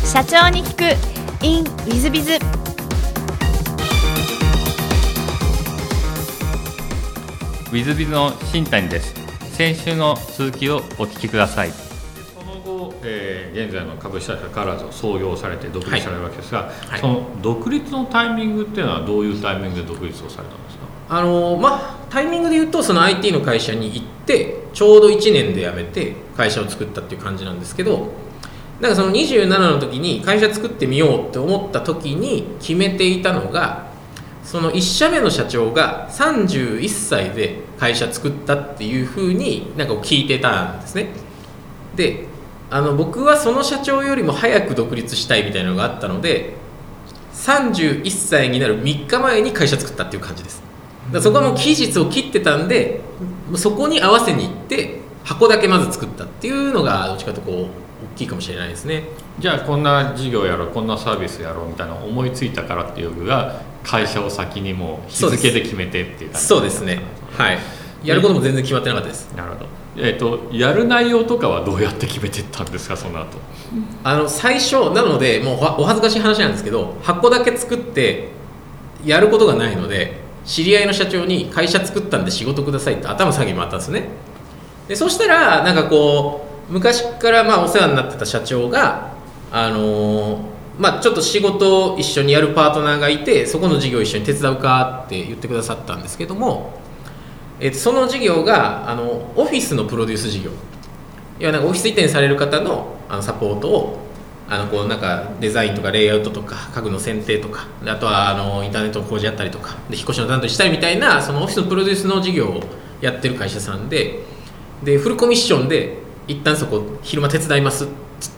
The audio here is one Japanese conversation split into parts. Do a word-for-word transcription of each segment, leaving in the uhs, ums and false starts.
社長に聞く in ウィズビズ。 ウィズビズの新谷です。先週の続きをお聞きください。その後、えー、現在の株式会社カラーズを創業されて独立されるわけですが、はいはい、その独立のタイミングっていうのはどういうタイミングで独立をされたんですか？ あのまあ、タイミングで言うとその アイティー の会社に行ってちょうどいちねんで辞めて会社を作ったっていう感じなんですけど、なんかそのにじゅうななの時に会社作ってみようって思った時に決めていたのが、そのいっ社目の社長がさんじゅういっさいで会社作ったっていう風になんか聞いてたんですね。で、あの僕はその社長よりも早く独立したいみたいなのがあったので、さんじゅういっさいになるみっかまえに会社作ったっていう感じです。だからそこはもう期日を切ってたんで、そこに合わせに行って箱だけまず作ったっていうのがどっちかというとこう大きいかもしれないですね。 じゃあこんな事業やろう、こんなサービスやろうみたいな思いついたからっていうよりは、会社を先にもう日付で決めてっていう感じ。 そうですね、はい、やることも全然決まってなかったです。 なるほど。えーと、やる内容とかはどうやって決めていったんですか、その後。 あの最初なのでもうお恥ずかしい話なんですけど、箱だけ作ってやることがないので、知り合いの社長に会社作ったんで仕事くださいって頭下げに回ったんですね。でそしたらなんかこう昔からまあお世話になってた社長が、あのーまあ、ちょっと仕事を一緒にやるパートナーがいて、そこの事業を一緒に手伝うかって言ってくださったんですけども、えー、その事業があのオフィスのプロデュース事業、いやなんかオフィス移転される方 の, あのサポートをあのこうなんかデザインとかレイアウトとか家具の選定とか、あとはあのインターネットの工事やったりとかで引っ越しの担当したりみたいな、そのオフィスのプロデュースの事業をやってる会社さんで、でフルコミッションで一旦そこ昼間手伝いますっつって、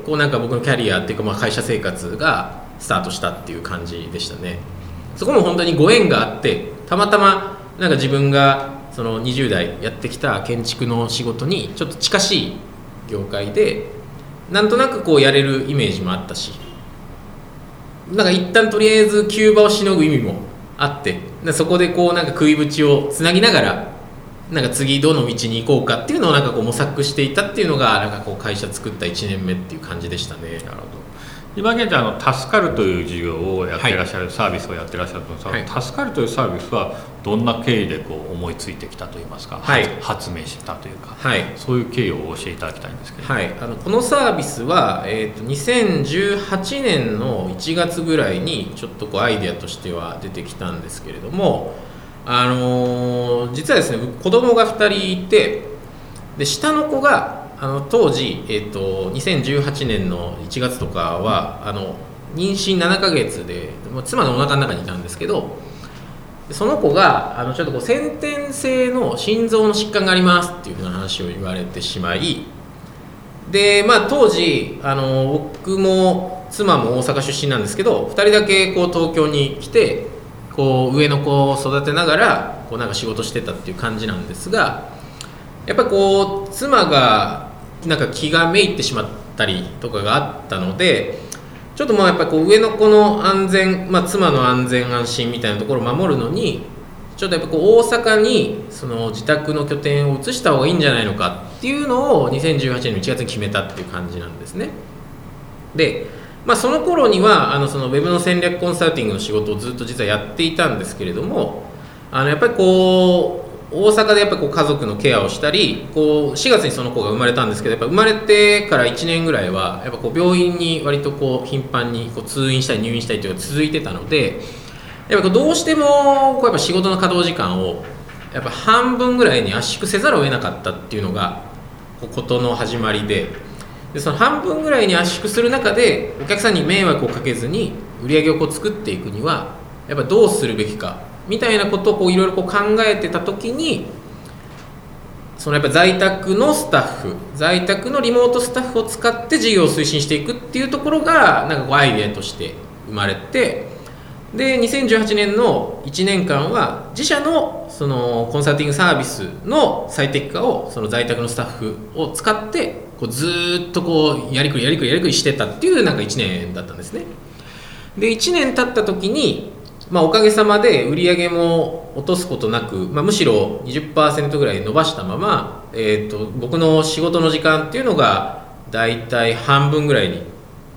こうなんか僕のキャリアっていうかまあ会社生活がスタートしたっていう感じでしたね。そこも本当にご縁があって、たまたまなんか自分がそのにじゅう代やってきた建築の仕事にちょっと近しい業界で、なんとなくこうやれるイメージもあったし、なんか一旦とりあえず急場をしのぐ意味もあって、そこでこうなんか食いぶちをつなぎながら、なんか次どの道に行こうかっていうのをなんかこう模索していたっていうのが、なんかこう会社作ったいちねんめっていう感じでしたね。 なるほど。今現在あの助かるという事業をやっていらっしゃる、はい、サービスをやっていらっしゃると思うんですが、はい、助かるというサービスはどんな経緯でこう思いついてきたといいますか、はい、発明したというか、はい、そういう経緯をお教えいただきたいんですけど、 はい、あのこのサービスは、えーと、にせんじゅうはちねんのいちがつぐらいにちょっとこうアイデアとしては出てきたんですけれども、あのー、実はですね、子供がふたりいて、で下の子があの当時、えー、とにせんじゅうはちねんのいちがつとかはあの妊娠ななかげつで妻のお腹の中にいたんですけど、その子があのちょっとこう先天性の心臓の疾患がありますっていうふうな話を言われてしまい、で、まあ、当時あの僕も妻も大阪出身なんですけど、ふたりだけこう東京に来てこう上の子を育てながらこうなんか仕事してたっていう感じなんですが、やっぱりこう妻がなんか気がめいってしまったりとかがあったので、ちょっとまあやっぱりこう上の子の安全、まあ、妻の安全安心みたいなところを守るのに、ちょっとやっぱこう大阪にその自宅の拠点を移した方がいいんじゃないのかっていうのをにせんじゅうはちねんのいちがつに決めたっていう感じなんですね。で、まあ、その頃にはあのそのウェブの戦略コンサルティングの仕事をずっと実はやっていたんですけれども、あのやっぱりこう大阪でやっぱこう家族のケアをしたり、こうしがつにその子が生まれたんですけど、やっぱ生まれてからいちねんぐらいはやっぱこう病院に割とこう頻繁にこう通院したり入院したりというのが続いてたので、やっぱどうしてもこうやっぱ仕事の稼働時間をやっぱ半分ぐらいに圧縮せざるを得なかったっていうのがことの始まりで、でその半分ぐらいに圧縮する中でお客さんに迷惑をかけずに売り上げをこう作っていくにはやっぱどうするべきかみたいなことをいろいろ考えてた時に、そのやっぱ在宅のスタッフ、在宅のリモートスタッフを使って事業を推進していくっていうところがなんかこうアイデアとして生まれて、でにせんじゅうはちねんのいちねんかんは自社のそのコンサルティングサービスの最適化をその在宅のスタッフを使ってこうずっとこうやりくりやりくりやりくりしてたっていうなんかいちねんだったんですね。でいちねん経った時に、まあ、おかげさまで売り上げも落とすことなく、まあ、むしろ にじゅっパーセント ぐらい伸ばしたまま、えーと、僕の仕事の時間っていうのがだいたい半分ぐらいに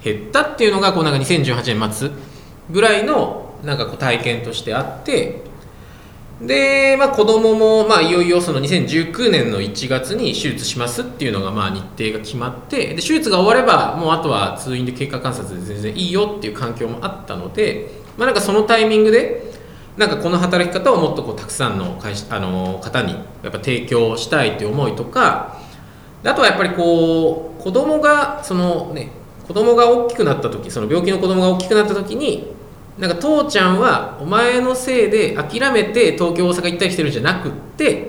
減ったっていうのがこうなんかにせんじゅうはちねん末ぐらいのなんかこう体験としてあって、で、まあ、子供もまあいよいよそのにせんじゅうきゅうねんのいちがつに手術しますっていうのがまあ日程が決まって、で手術が終わればもうあとは通院で経過観察で全然いいよっていう環境もあったので、まあ、なんかそのタイミングでなんかこの働き方をもっとこうたくさんの会社あの方にやっぱ提供したいという思いとか、あとはやっぱりこう子供がそのね子供が大きくなった時、その病気の子供が大きくなった時になんか父ちゃんはお前のせいで諦めて東京大阪行ったりしてるんじゃなくって、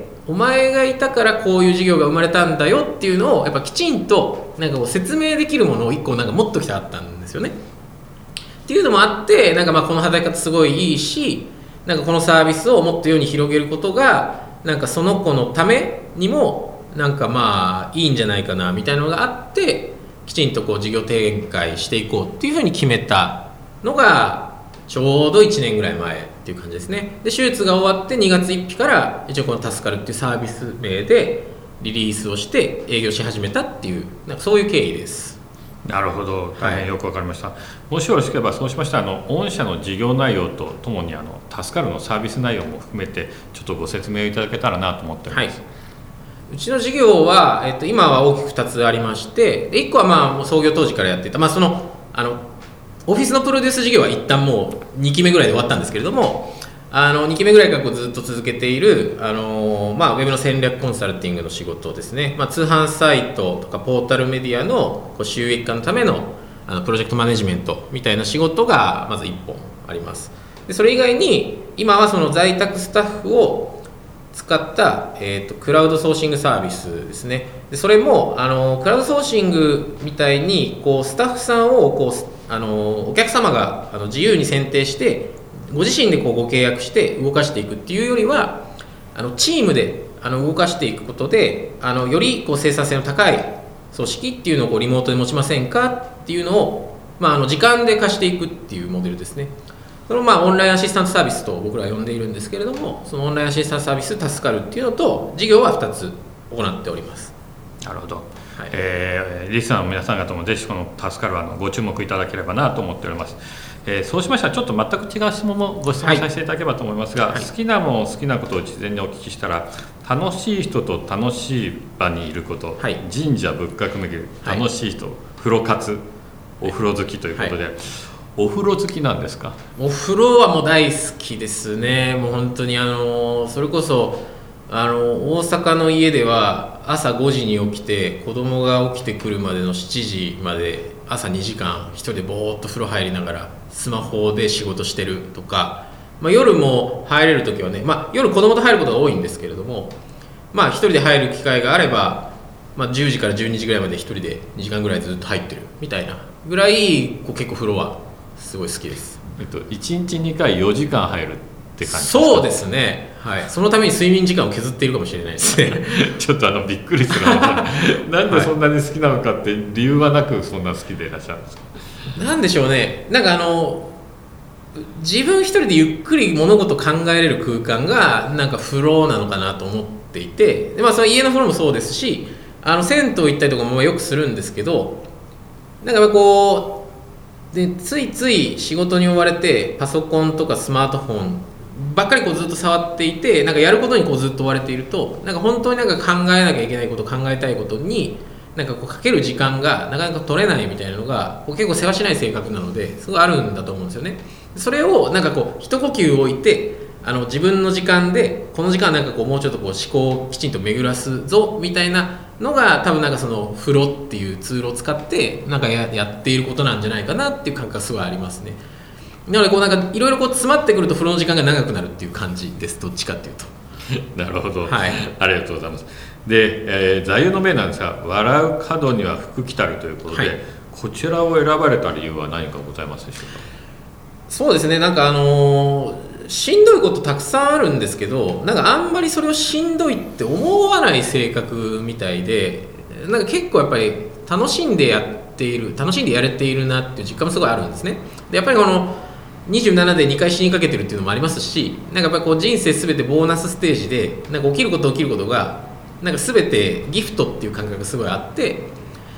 お前がいたからこういう事業が生まれたんだよっていうのをやっぱきちんとなんかこう説明できるものを一個なんか持っときたかったんですよね。っていうのもあって、なんかまあこの働き方すごいいいし、なんかこのサービスをもっと世に広げることがなんかその子のためにもなんかまあいいんじゃないかなみたいなのがあって、きちんとこう事業展開していこうっていうふうに決めたのがちょうどいちねんぐらい前っていう感じですね。で手術が終わってにがつついたちから一応この助かるっていうサービス名でリリースをして営業し始めたっていうなんかそういう経緯です。 なるほど、大変よくわかりました、はい、もしよろしければそうしましたらあの御社の事業内容とともにあの助かるのサービス内容も含めてちょっとご説明いただけたらなと思っております。はい、 うちの事業は、えっと、今は大きくふたつありまして、でいっこはまあもう創業当時からやっていた、まあ、そのあのオフィスのプロデュース事業は一旦もうにきめぐらいで終わったんですけれども、あのにきめぐらいからこうずっと続けているあの、まあ、ウェブの戦略コンサルティングの仕事ですね、まあ、通販サイトとかポータルメディアのこう収益化のための、あのプロジェクトマネジメントみたいな仕事がまずいっぽんあります。でそれ以外に今はその在宅スタッフを使った、えーと、クラウドソーシングサービスですね。でそれもあのクラウドソーシングみたいにこうスタッフさんをこうあのお客様があの自由に選定してご自身でこうご契約して動かしていくっていうよりは、あのチームであの動かしていくことであのよりこう生産性の高い組織っていうのをこうリモートで持ちませんかっていうのを、まあ、あの時間で貸していくっていうモデルですね。そのまあオンラインアシスタントサービスと僕らは呼んでいるんですけれども、そのオンラインアシスタントサービス助かるっていうのと事業はふたつ行っております。 なるほど、はい、えー、リスナーの皆さん方もぜひこの助かるはのご注目いただければなと思っております。えー、そうしましたらちょっと全く違う質問もご質問させていただければと思いますが、はい、好きなもの好きなことを事前にお聞きしたら、楽しい人と楽しい場にいること、はい、神社仏閣巡り、楽しい人、はい、風呂活、お風呂好きということで、はい、お風呂好きなんですか？ お風呂はもう大好きですね。もう本当にあのそれこそあの大阪の家では朝ごじに起きて子供が起きてくるまでのしちじまで朝にじかん一人でぼーっと風呂入りながらスマホで仕事してるとか、まあ、夜も入れるときはね、まあ、夜子供と入ることが多いんですけれども、まあ、一人で入る機会があれば、まあ、じゅうじからじゅうにじぐらいまで一人でにじかんぐらいずっと入ってるみたいなぐらいこう結構風呂はすごい好きです。 えっと、いちにちにかいよじかん入るって感じですか？ そうですね、はい、そのために睡眠時間を削っているかもしれないですねちょっとあのびっくりするのがなんでそんなに好きなのかって理由はなくそんな好きでいらっしゃるんですか？ なんでしょうね、なんかあの自分一人でゆっくり物事を考えれる空間がなんか風呂なのかなと思っていて、で、まあ、その家の風呂もそうですし、あの銭湯行ったりとかもよくするんですけど、なんかこうでついつい仕事に追われてパソコンとかスマートフォンばっかりこうずっと触っていて、なんかやることにこうずっと追われていると、なんか本当になんか考えなきゃいけないこと、考えたいことになんかこうかける時間がなかなか取れないみたいなのがこう結構せわしない性格なのですごいあるんだと思うんですよね。それをなんかこう一呼吸置いて、あの自分の時間でこの時間なんかこうもうちょっとこう思考をきちんと巡らすぞみたいなのが多分なんかその風呂っていうツールを使ってなんか や, やっていることなんじゃないかなっていう感覚がすごいありますね。なのでこうなんかいろいろこう詰まってくると風呂の時間が長くなるっていう感じです、どっちかっていうとなるほど、 はい、ありがとうございます。で、えー、座右の銘なんですが、笑う角には福来たるということで、はい、こちらを選ばれた理由は何かございますでしょうか？ そうですね、なんかあのー、しんどいことたくさんあるんですけど、なんかあんまりそれをしんどいって思わない性格みたいで、なんか結構やっぱり楽しんでやっている楽しんでやれているなっていう実感もすごいあるんですね。でやっぱりこのにじゅうななでにかい死にかけてるっていうのもありますし、なんかやっぱりこう人生すべてボーナスステージでなんか起きること起きることがなんかすべてギフトっていう感覚がすごいあって、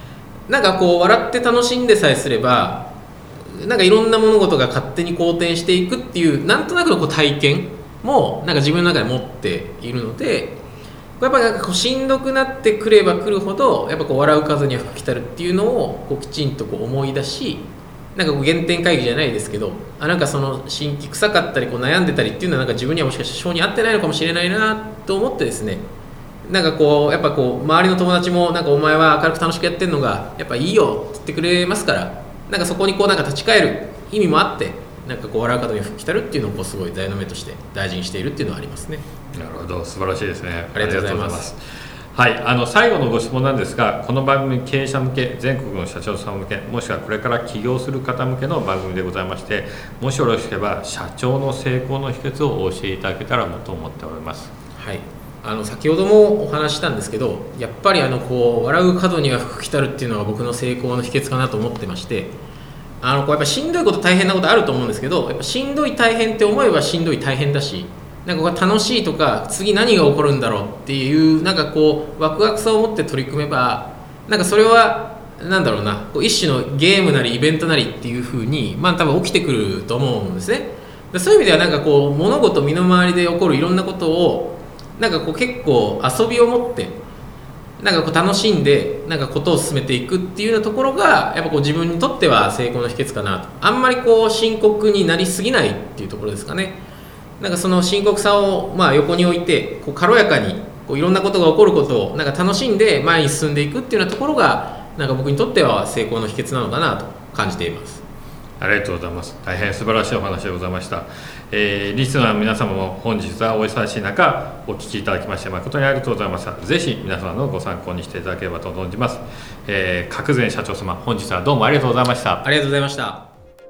なんかこう笑って楽しんでさえすればなんかいろんな物事が勝手に好転していくっていうなんとなくのこう体験もなんか自分の中で持っているので、やっぱなんかこうしんどくなってくればくるほどやっぱこう笑う数には吹きたるっていうのをこうきちんとこう思い出し、なんかこう原点回帰じゃないですけど、あなんかその新規臭かったりこう悩んでたりっていうのはなんか自分にはもしかして性に合ってないのかもしれないなと思ってですね、なんかこうやっぱこう周りの友達もなんかお前は明るく楽しくやってんのがやっぱいいよって言ってくれますから、なんかそこにこうなんか立ち返る意味もあって、なんかこう笑う方に吹きたるっていうのをこうすごい座右の銘として大事にしているっていうのはありますね。 なるほど、素晴らしいですね。 ありがとうございます。 はい、あの最後のご質問なんですが、この番組経営者向け、全国の社長さん向け、もしくはこれから起業する方向けの番組でございまして、もしよろしければ社長の成功の秘訣をお教えいただけたらと思っております。 はい、あの先ほどもお話したんですけど、やっぱりあのこう笑う角には福来たるっていうのが僕の成功の秘訣かなと思ってまして、あのこうやっぱしんどいこと大変なことあると思うんですけど、やっぱしんどい大変って思えばしんどい大変だし、なんかこれ楽しいとか次何が起こるんだろうっていうなんかこうワクワクさを持って取り組めば、なんかそれはなんだろうな、こう一種のゲームなりイベントなりっていう風にまあ多分起きてくると思うんですね。そういう意味ではなんかこう物事身の回りで起こるいろんなことをなんかこう結構遊びを持ってなんかこう楽しんでなんかことを進めていくっていうようなところがやっぱこう自分にとっては成功の秘訣かなと。あんまりこう深刻になりすぎないっていうところですかね。なんかその深刻さをまあ横に置いてこう軽やかにこういろんなことが起こることをなんか楽しんで前に進んでいくっていうようなところがなんか僕にとっては成功の秘訣なのかなと感じています。 ありがとうございます。大変素晴らしいお話でございました。えー、リスナーの皆様も本日はお忙しい中お聞きいただきまして誠にありがとうございました。ぜひ皆様のご参考にしていただければと存じます。えー、角前社長様、本日はどうもありがとうございました。 ありがとうございました。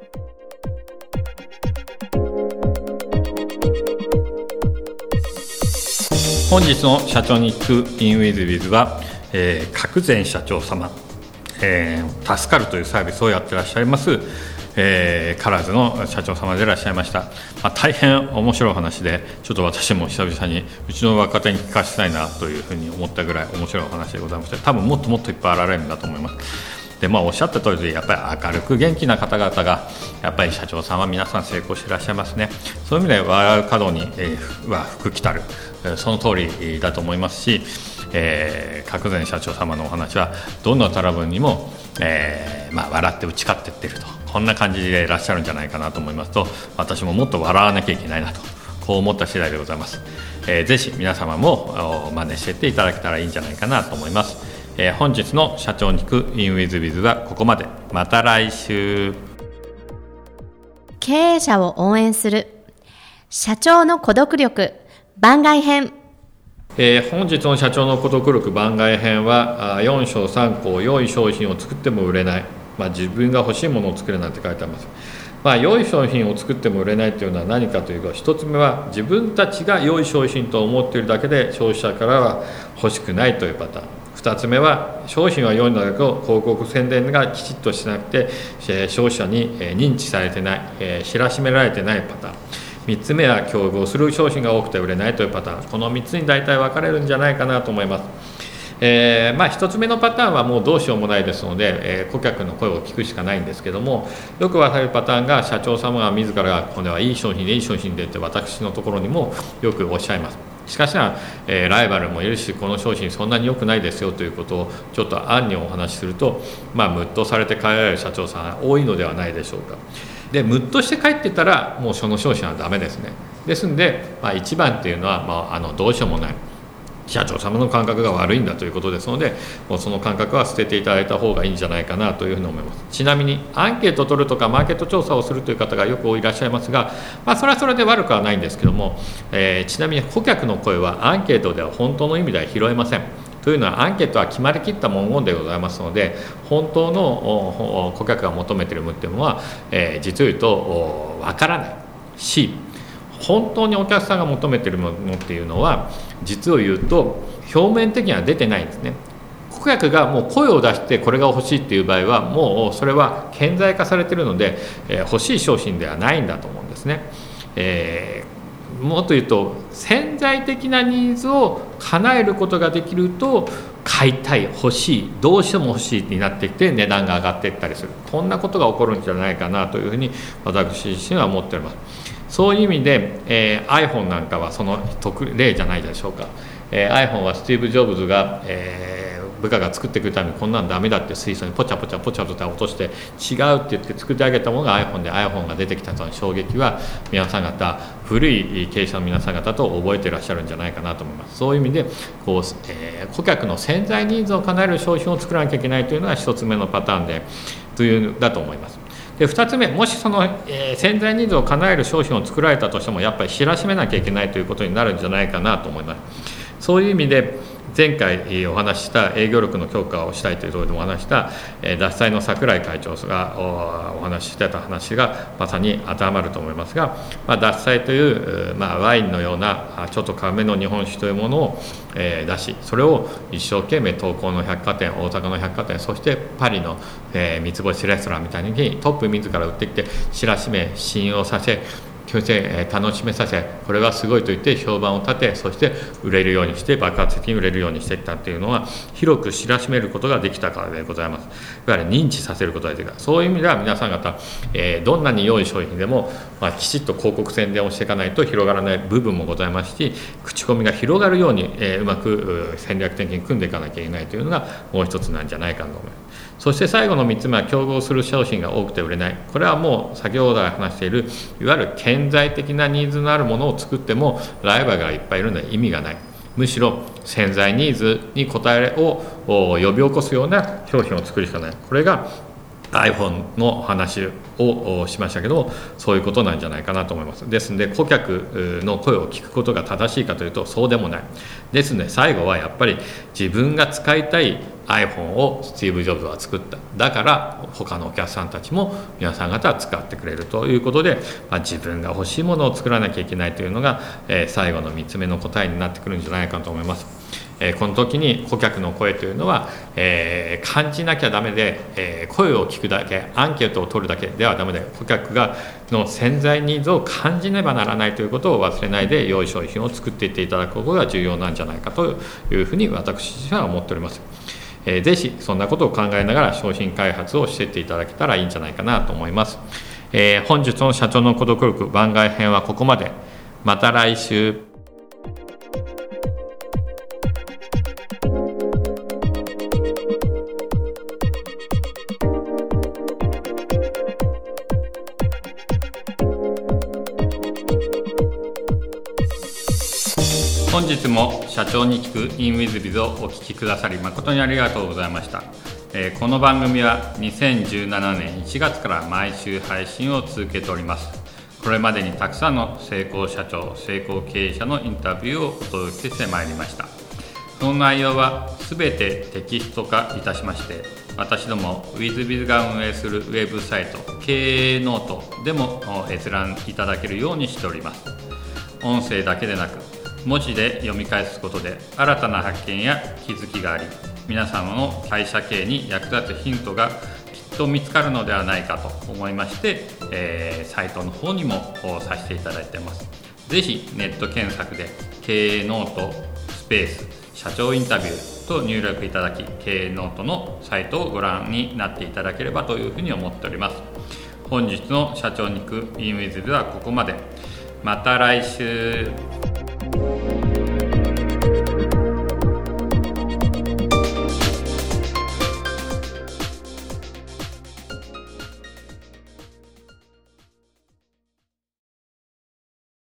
本日の社長に聞く インウィズウィズは、えー、角前社長様、えー、助かるというサービスをやってらっしゃいますえー、カラーズの社長様でいらっしゃいました。まあ、大変面白い話で、ちょっと私も久々にうちの若手に聞かせたいなというふうに思ったぐらい面白いお話でございまして、多分もっともっといっぱいあられるんだと思います。で、まあ、おっしゃった通りで、やっぱり明るく元気な方々がやっぱり社長さんは皆さん成功していらっしゃいますね。そういう意味で笑う角に、えー、は福来たる、その通りだと思いますし、えー、角前社長様のお話はどんなトラブルにも、えーまあ、笑って打ち勝っていっていると、こんな感じでいらっしゃるんじゃないかなと思いますと、私ももっと笑わなきゃいけないなとこう思った次第でございます。えー、ぜひ皆様も真似していっていただけたらいいんじゃないかなと思います。えー、本日の社長に聞く インウィズウィズはここまで。また来週。 経営者を応援する社長の孤独力番外編。 えー、本日の社長の孤独力番外編はよん章さん項、良い商品を作っても売れない、まあ、自分が欲しいものを作るなんて書いてあります。まあ、良い商品を作っても売れないというのは何かというと、一つ目は自分たちが良い商品と思っているだけで消費者からは欲しくないというパターン。二つ目は商品は良いのだけど広告宣伝がきちっとしなくて消費者に認知されてない、知らしめられてないパターン。みっつめは競合する商品が多くて売れないというパターン。このみっつに大体分かれるんじゃないかなと思います。えーまあ、ひとつめのパターンはもうどうしようもないですので、えー、顧客の声を聞くしかないんですけども、よく分かるパターンが社長様が自らがこれはいい商品でいい商品でって私のところにもよくおっしゃいます。しかしな、えー、ライバルもいるし、この商品そんなに良くないですよということをちょっと暗にお話しすると、まあ、ムッとされて帰られる社長さんが多いのではないでしょうか。でムッとして帰ってたらもうその商品はダメですね。ですんで、まあ、一番っていうのは、まあ、あのどうしようもない社長様の感覚が悪いんだということですので、もうその感覚は捨てていただいた方がいいんじゃないかなというふうに思います。ちなみにアンケートを取るとかマーケット調査をするという方がよくいらっしゃいますが、まあ、それはそれで悪くはないんですけども、えー、ちなみに顧客の声はアンケートでは本当の意味では拾えません。というのはアンケートは決まりきった文言でございますので、本当の顧客が求めているものというのは、えー、実を言うとわからないし、本当にお客さんが求めているものっていうのは実を言うと表面的には出てないんですね。顧客がもう声を出してこれが欲しいっていう場合はもうそれは顕在化されているので、えー、欲しい商品ではないんだと思うんですね。えー、もっと言うと潜在的なニーズを叶えることができると買いたい、欲しい、どうしても欲しいになってきて値段が上がっていったりする、こんなことが起こるんじゃないかなというふうに私自身は思っております。そういう意味で、えー、iPhone なんかはその特例じゃないでしょうか。えー、iPhone はスティーブ・ジョブズが、えー部下が作ってくるためにこんなんダメだって水槽にポチャポチャポチャポチャ落として違うって言って作ってあげたものが iPhone で iPhone が出てきたとの衝撃は皆さん方、古い経営者の皆さん方と覚えていらっしゃるんじゃないかなと思います。そういう意味でこう、えー、顧客の潜在ニーズを叶える商品を作らなきゃいけないというのが一つ目のパターンでというだと思います。でふたつめ、もしその、えー、潜在ニーズを叶える商品を作られたとしてもやっぱり知らしめなきゃいけないということになるんじゃないかなと思います。そういう意味で前回お話しした営業力の強化をしたいというところでもお話した、えー、獺祭の櫻井会長が お, お話ししてた話がまさに当てはまると思いますが、まあ、獺祭という、まあ、ワインのようなちょっと軽めの日本酒というものを、えー、出し、それを一生懸命東京の百貨店、大阪の百貨店、そしてパリの、えー、三つ星レストランみたいにトップ自ら売ってきて知らしめ、信用させ、そして楽しめさせ、これはすごいと言って評判を立て、そして売れるようにして爆発的に売れるようにしていったというのは広く知らしめることができたからでございます。いわゆる認知させることができた。そういう意味では皆さん方、えー、どんなに良い商品でも、まあ、きちっと広告宣伝をしていかないと広がらない部分もございますし、口コミが広がるように、えー、うまく戦略的に組んでいかなきゃいけないというのがもう一つなんじゃないかと思います。そして最後のみっつめは競合する商品が多くて売れない。これはもう先ほど話しているいわゆる顕在的なニーズのあるものを作ってもライバルがいっぱいいるので意味がない。むしろ潜在ニーズに応えを呼び起こすような商品を作るしかない。これが iPhone の話をしましたけど、そういうことなんじゃないかなと思います。ですので顧客の声を聞くことが正しいかというとそうでもない。ですので最後はやっぱり自分が使いたい iPhone をスティーブ・ジョブズは作った。だから他のお客さんたちも皆さん方は使ってくれるということで、まあ、自分が欲しいものを作らなきゃいけないというのが、えー、最後のみっつめの答えになってくるんじゃないかと思います。えー、この時に顧客の声というのは、えー、感じなきゃダメで、えー、声を聞くだけ、アンケートを取るだけではダメで、顧客がの潜在ニーズを感じねばならないということを忘れないで良い商品を作っていっていただくことが重要なんじゃないかというふうに私自身は思っております。えー、ぜひそんなことを考えながら商品開発をしていっていただけたらいいんじゃないかなと思います。えー、本日の社長の孤独力番外編はここまで。また来週。本日も社長に聞く InWithBiz をお聞きくださり誠にありがとうございました。えー、この番組はにせんじゅうななねんいちがつから毎週配信を続けております。これまでにたくさんの成功社長、成功経営者のインタビューをお届けしてまいりました。その内容はすべてテキスト化いたしまして、私ども WithBiz が運営するウェブサイト経営ノートでも閲覧いただけるようにしております。音声だけでなく文字で読み返すことで新たな発見や気づきがあり、皆様の会社経営に役立つヒントがきっと見つかるのではないかと思いまして、えー、サイトの方にもさせていただいています。ぜひネット検索で経営ノートスペース社長インタビューと入力いただき、経営ノートのサイトをご覧になっていただければというふうに思っております。本日の社長に行く InWithBiz はここまで。また来週。